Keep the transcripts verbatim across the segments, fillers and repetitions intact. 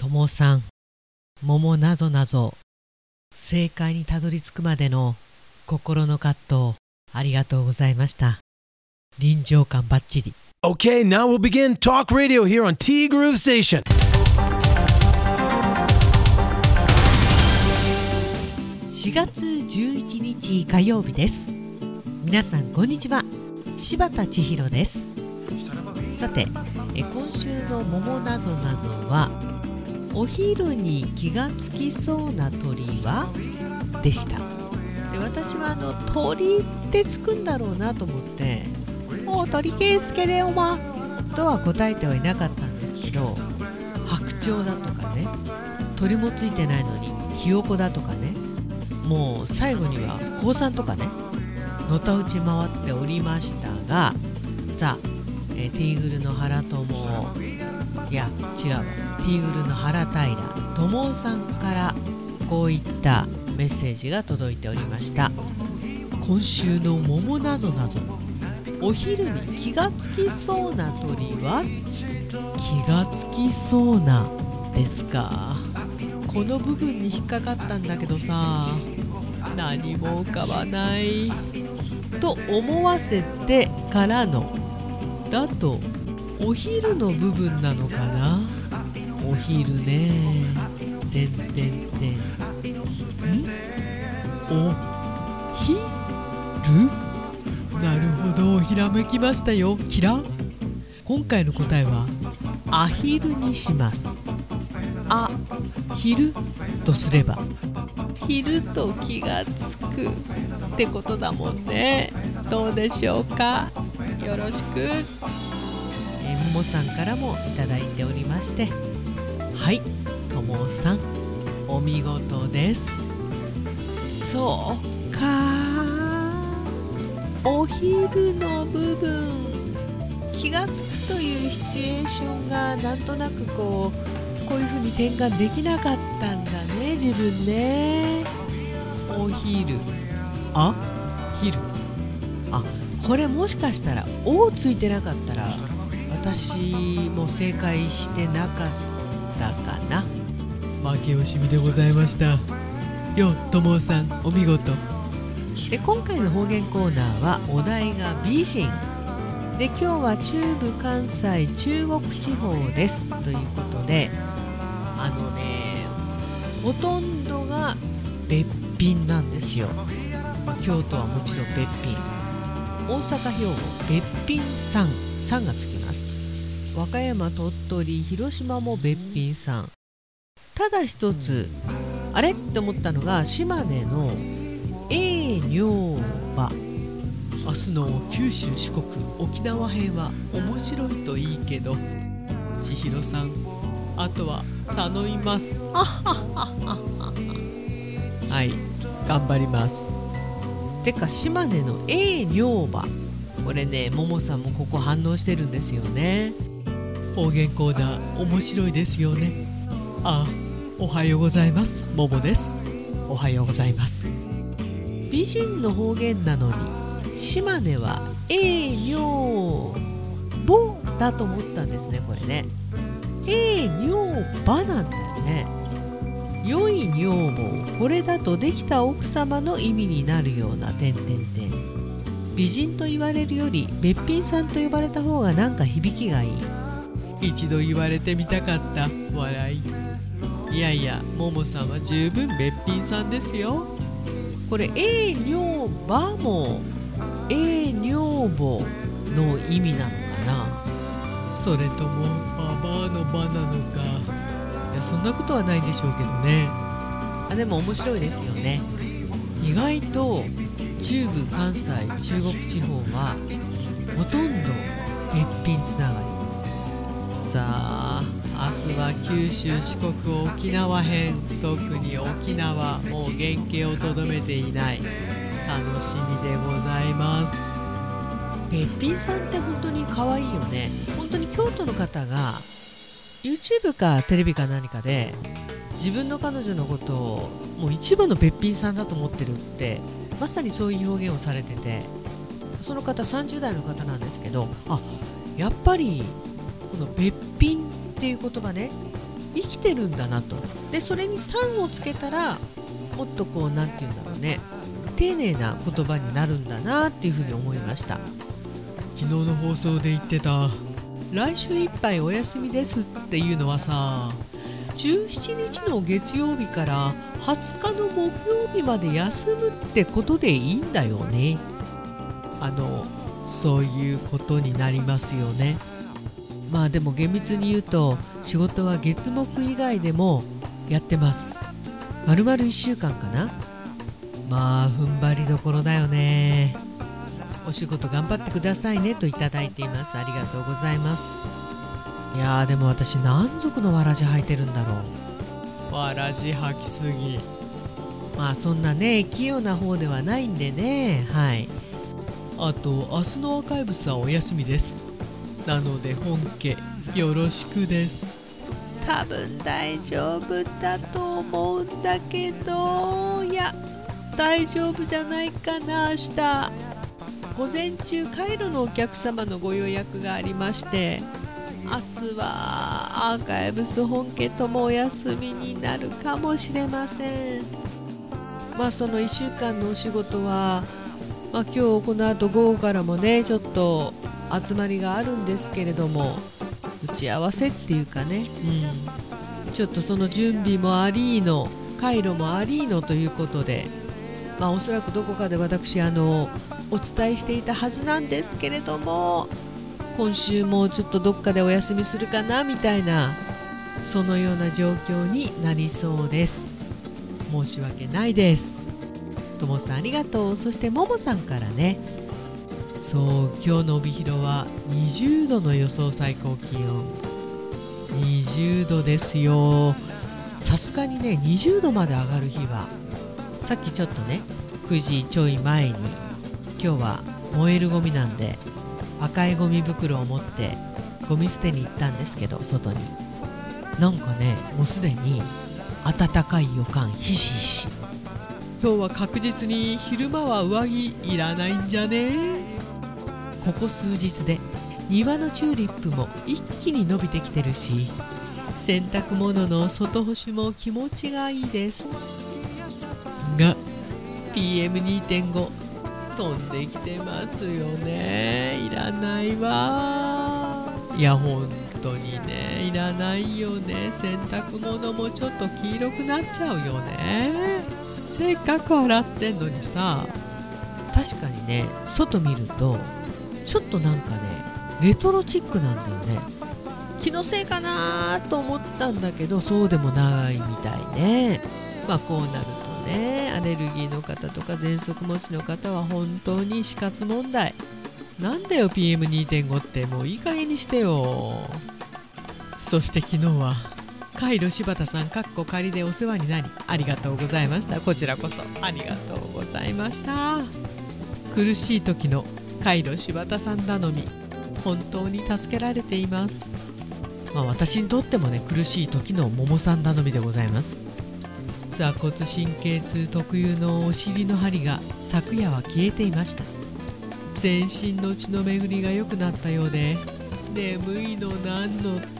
ともさん、桃なぞなぞ正解にたどり着くまでの心の葛藤ありがとうございました。臨場感バッチリ。 Okay, now we'll begin Talk Radio here on T Groove Station. しがつじゅういちにち火曜日です。皆さんこんにちは、柴田千尋です。さて、え今週の桃なぞなぞは、お昼に気がつきそうな鳥はでした。で私はあの鳥ってつくんだろうなと思って、お鳥圭介でおまとは答えてはいなかったんですけど、白鳥だとかね、鳥もついてないのにひよこだとかね、もう最後には高さんとかね、のたうち回っておりましたが、さあ、えー、ティーグルの原友、いや違うわ、ティーグルの原平友さんからこういったメッセージが届いておりました。今週の桃なぞなぞ、お昼に気がつきそうな鳥は、気がつきそうなですか。この部分に引っかかったんだけどさ、何も浮かばないと思わせてからのだと、お昼の部分なのかな。お昼ね、てんてんてん、んおひる、なるほど、ひらめきましたよ。キラ。今回の答えはアヒルにします。あ、昼とすれば昼と気がつくってことだもんね。どうでしょうか。よろしく。えももさんからもいただいておりまして、はい、ともさんお見事です。そうか、お昼の部分、気がつくというシチュエーションがなんとなくこうこういう風に転換できなかったんだね、自分ね。お昼、あ、昼、あ、これもしかしたら「お」ついてなかったら私も正解してなかったかな。負け惜しみでございました。よ、ともさんお見事で、今回の方言コーナーはお題が美人で、今日は中部関西中国地方ですということで、あのね、ほとんどがべっぴんなんですよ。京都はもちろんべっぴん、大阪兵庫べっぴんさん、さんがつきます。和歌山鳥取広島もべっぴんさん。ただ一つあれって思ったのが、島根の永明馬。明日の九州四国沖縄編は面白いといいけど、千尋さんあとは頼みます。はい、頑張ります。てか島根の永明馬、これね、ももさんもここ反応してるんですよね。方言コーナー面白いですよね。あ、おはようございます、ももです。おはようございます。美人の方言なのに島根は永明母だと思ったんですね。これね、永明母なんだよね。良い女房、これだとできた奥様の意味になるような点々点。美人と言われるよりべっぴんさんと呼ばれた方がなんか響きがいい。一度言われてみたかった。笑い。いやいや、ももさんは十分べっぴんさんですよ。これ永明母も永女房の意味なのかな、それともババアのバなのか。いや、そんなことはないんでしょうけどね。あ、でも面白いですよね。意外と中部関西中国地方はほとんどべっぴんつながり。さあ、明日は九州四国沖縄編、特に沖縄、もう原型をとどめていない。楽しみでございます。べっぴんさんって本当に可愛いよね。本当に京都の方が YouTube かテレビか何かで自分の彼女のことをもう一番のべっぴんさんだと思ってるって、まさにそういう表現をされてて、その方さんじゅう代の方なんですけど、あ、やっぱりこのべっぴんっていう言葉ね、 生きてるんだなと。でそれにさんをつけたらもっとこうなんていうんだろうね、丁寧な言葉になるんだなっていうふうに思いました。昨日の放送で言ってた来週いっぱいお休みですっていうのはさ、じゅうしちにちの月曜日からはつかの木曜日まで休むってことでいいんだよね。あのそういうことになりますよね。まあでも厳密に言うと仕事は月木以外でもやってます。丸々いっしゅうかんかな。まあ踏ん張りどころだよね。お仕事頑張ってくださいねといただいています。ありがとうございます。いやーでも私何足のわらじ履いてるんだろう。わらじ履きすぎ。まあそんなね器用な方ではないんでね。はい。あと明日のアーカイブスはお休みです。なので本家よろしくです。多分大丈夫だと思うんだけど、いや大丈夫じゃないかな。明日午前中カイロのお客様のご予約がありまして、明日はアーカイブス本家ともお休みになるかもしれません。まあそのいっしゅうかんのお仕事は、まあ、今日この後午後からもねちょっと集まりがあるんですけれども、打ち合わせっていうかね、うん、ちょっとその準備もありのカイロもありのということで、まあおそらくどこかで私あのお伝えしていたはずなんですけれども、今週もちょっとどっかでお休みするかなみたいな、そのような状況になりそうです。申し訳ないです。ともさんありがとう。そしてももさんからね、そう今日の帯広はにじゅうどの予想最高気温にじゅうどですよ。さすがにねにじゅうどまで上がる日は、さっきちょっとねくじちょい前に今日は燃えるゴミなんで赤いゴミ袋を持ってゴミ捨てに行ったんですけど、外になんかねもうすでに暖かい予感ひしひし。今日は確実に昼間は上着いらないんじゃね。ここ数日で庭のチューリップも一気に伸びてきてるし、洗濯物の外干しも気持ちがいいですが ピーエムにてんご 飛んできてますよね。いらないわ。いや本当にねいらないよね。洗濯物もちょっと黄色くなっちゃうよね。せっかく洗ってんのにさ。確かにね外見るとちょっとなんかねレトロチックなんだよね。気のせいかなと思ったんだけどそうでもないみたいね。まあこうなるとねアレルギーの方とか喘息持ちの方は本当に死活問題なんだよ。 ピーエムにてんご ってもういい加減にしてよ。そして昨日はカイロ柴田さんかっこ仮でお世話になりありがとうございました。こちらこそありがとうございました。苦しい時のカイロ柴田さん頼み本当に助けられています。まあ私にとってもね苦しい時の桃さん頼みでございます。座骨神経痛特有のお尻の針が昨夜は消えていました。全身の血の巡りが良くなったようで眠いのなんのって。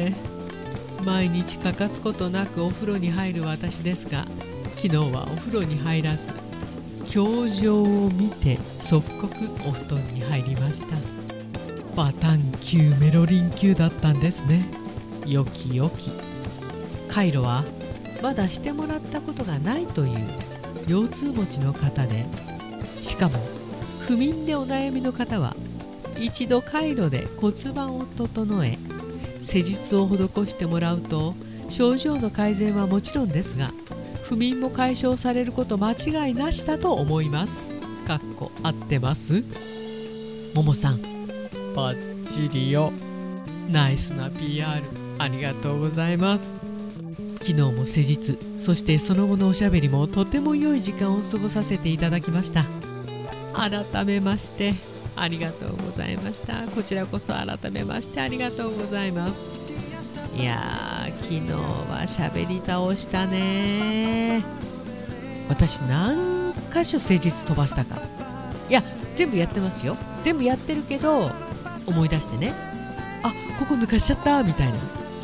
毎日欠かすことなくお風呂に入る私ですが、昨日はお風呂に入らず表情を見て即刻お布団に入りました。バタン級メロリン級だったんですね。よきよき。カイロはまだしてもらったことがないという腰痛持ちの方で、しかも不眠でお悩みの方は一度カイロで骨盤を整え施術を施してもらうと症状の改善はもちろんですが不眠も解消されること間違いなしだと思います。かっこ合ってます。ももさんバッチリよ。ナイスな ピーアール ありがとうございます。昨日も施術そしてその後のおしゃべりもとても良い時間を過ごさせていただきました。改めましてありがとうございました。こちらこそ改めましてありがとうございます。いやー昨日は喋り倒したね。私何箇所施術飛ばしたか。いや全部やってますよ。全部やってるけど思い出してね、あここ抜かしちゃったみたいな。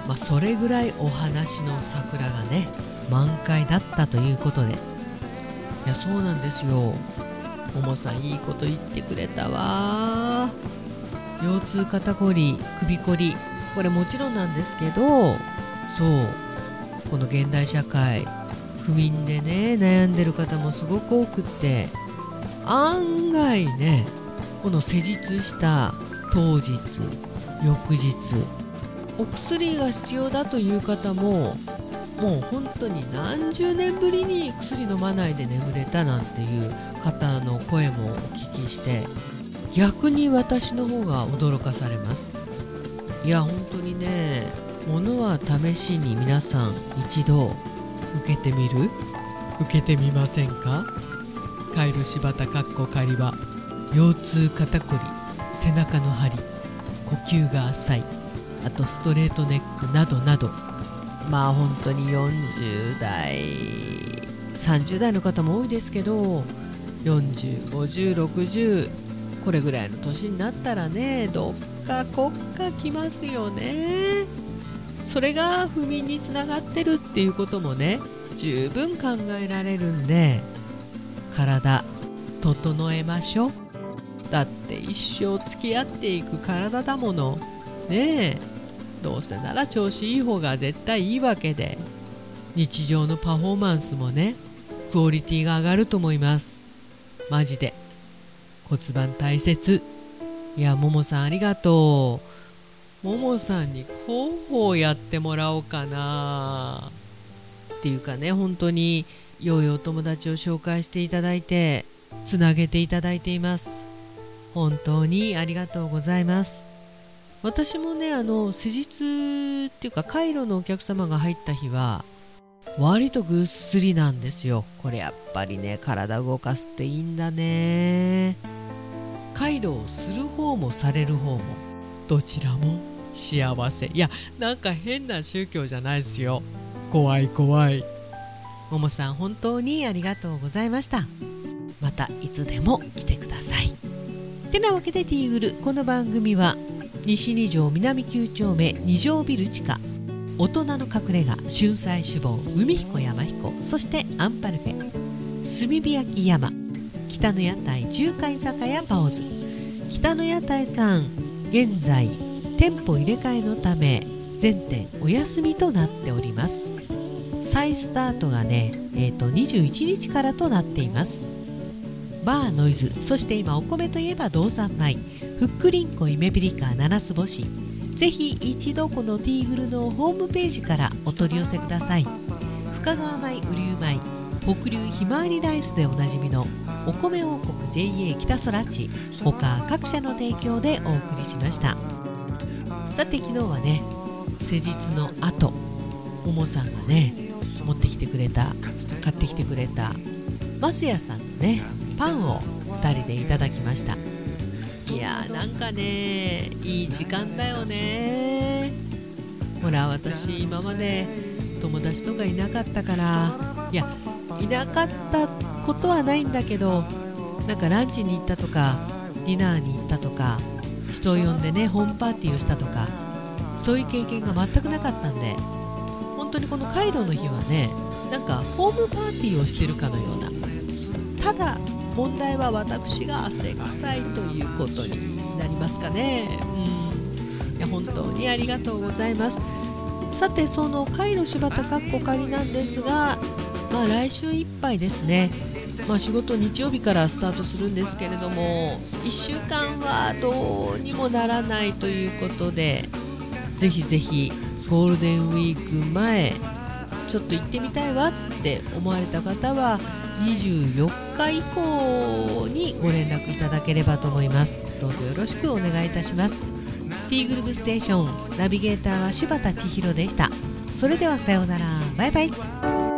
まあ、それぐらいお話の桜がね満開だったということで、いやそうなんですよ。ももさんいいこと言ってくれたわ。腰痛、肩こり、首こり、これもちろんなんですけど、そうこの現代社会不眠でね悩んでる方もすごく多くって、案外ねこの施術した当日翌日お薬が必要だという方も、もう本当に何十年ぶりに薬飲まないで眠れたなんていう方の声もお聞きして、逆に私の方が驚かされます。いや本当にね、ものは試しに皆さん一度受けてみる受けてみませんか。カイロ柴田かっこ仮は腰痛、肩こり、背中の張り、呼吸が浅い、あとストレートネックなどなど、まあ本当によんじゅう代さんじゅう代の方も多いですけど、よんじゅう、ごじゅう、ろくじゅうこれぐらいの年になったらね、どっかこっかきますよね。それが不眠につながってるっていうこともね十分考えられるんで、体整えましょう。だって一生付き合っていく体だものねえ。どうせなら調子いい方が絶対いいわけで、日常のパフォーマンスもねクオリティが上がると思います。マジで骨盤大切。いやももさんありがとう。ももさんに広報やってもらおうかなっていうかね、本当に良いお友達を紹介していただいてつなげていただいています。本当にありがとうございます。私もねあの施術っていうかカイロのお客様が入った日は割とぐっすりなんですよ。これやっぱりね体動かすっていいんだね。カイロをする方もされる方もどちらも幸せ。いやなんか変な宗教じゃないですよ。怖い怖い。ももさん本当にありがとうございました。またいつでも来てください。てなわけでティーグル、この番組は西に条南きゅう丁目に条ビル地下、大人の隠れ家春菜志望海彦山彦、そしてアンパルフェ炭火焼き山、北の屋台中華居酒屋パオズ。北の屋台さん現在店舗入れ替えのため全店お休みとなっております。再スタートがね、えーとにじゅういちにちからとなっています。バーノイズ、そして今お米といえば道産米、ふっくりんこイメピリカ七つ星、ぜひ一度このティーグルのホームページからお取り寄せください。深川米、雨竜米、北流ひまわりライスでおなじみのお米王国 ジェイエー 北空地、他各社の提供でお送りしました。さて昨日はね施術の後、ももさんがね持ってきてくれた買ってきてくれたますやさんのねパンをふたりでいただきました。いやーなんかねいい時間だよね。ほら私今まで友達とかいなかったから、いやいなかったことはないんだけど、なんかランチに行ったとかディナーに行ったとか人を呼んでねホームパーティーをしたとか、そういう経験が全くなかったんで、本当にこのカイロの日はねなんかホームパーティーをしてるかのような。ただ問題は私が汗臭いということになりますかね。うん、いや本当にありがとうございます。さてそのカイロ柴田かっこ仮なんですが、まあ来週いっぱいですね。まあ仕事日曜日からスタートするんですけれども、いっしゅうかんはどうにもならないということで、ぜひぜひゴールデンウィーク前ちょっと行ってみたいわって思われた方はにじゅうよっか以降にご連絡いただければと思います。どうぞよろしくお願いいたします。ティーグルーヴステーションナビゲーターは柴田千尋でした。それではさようなら、バイバイ。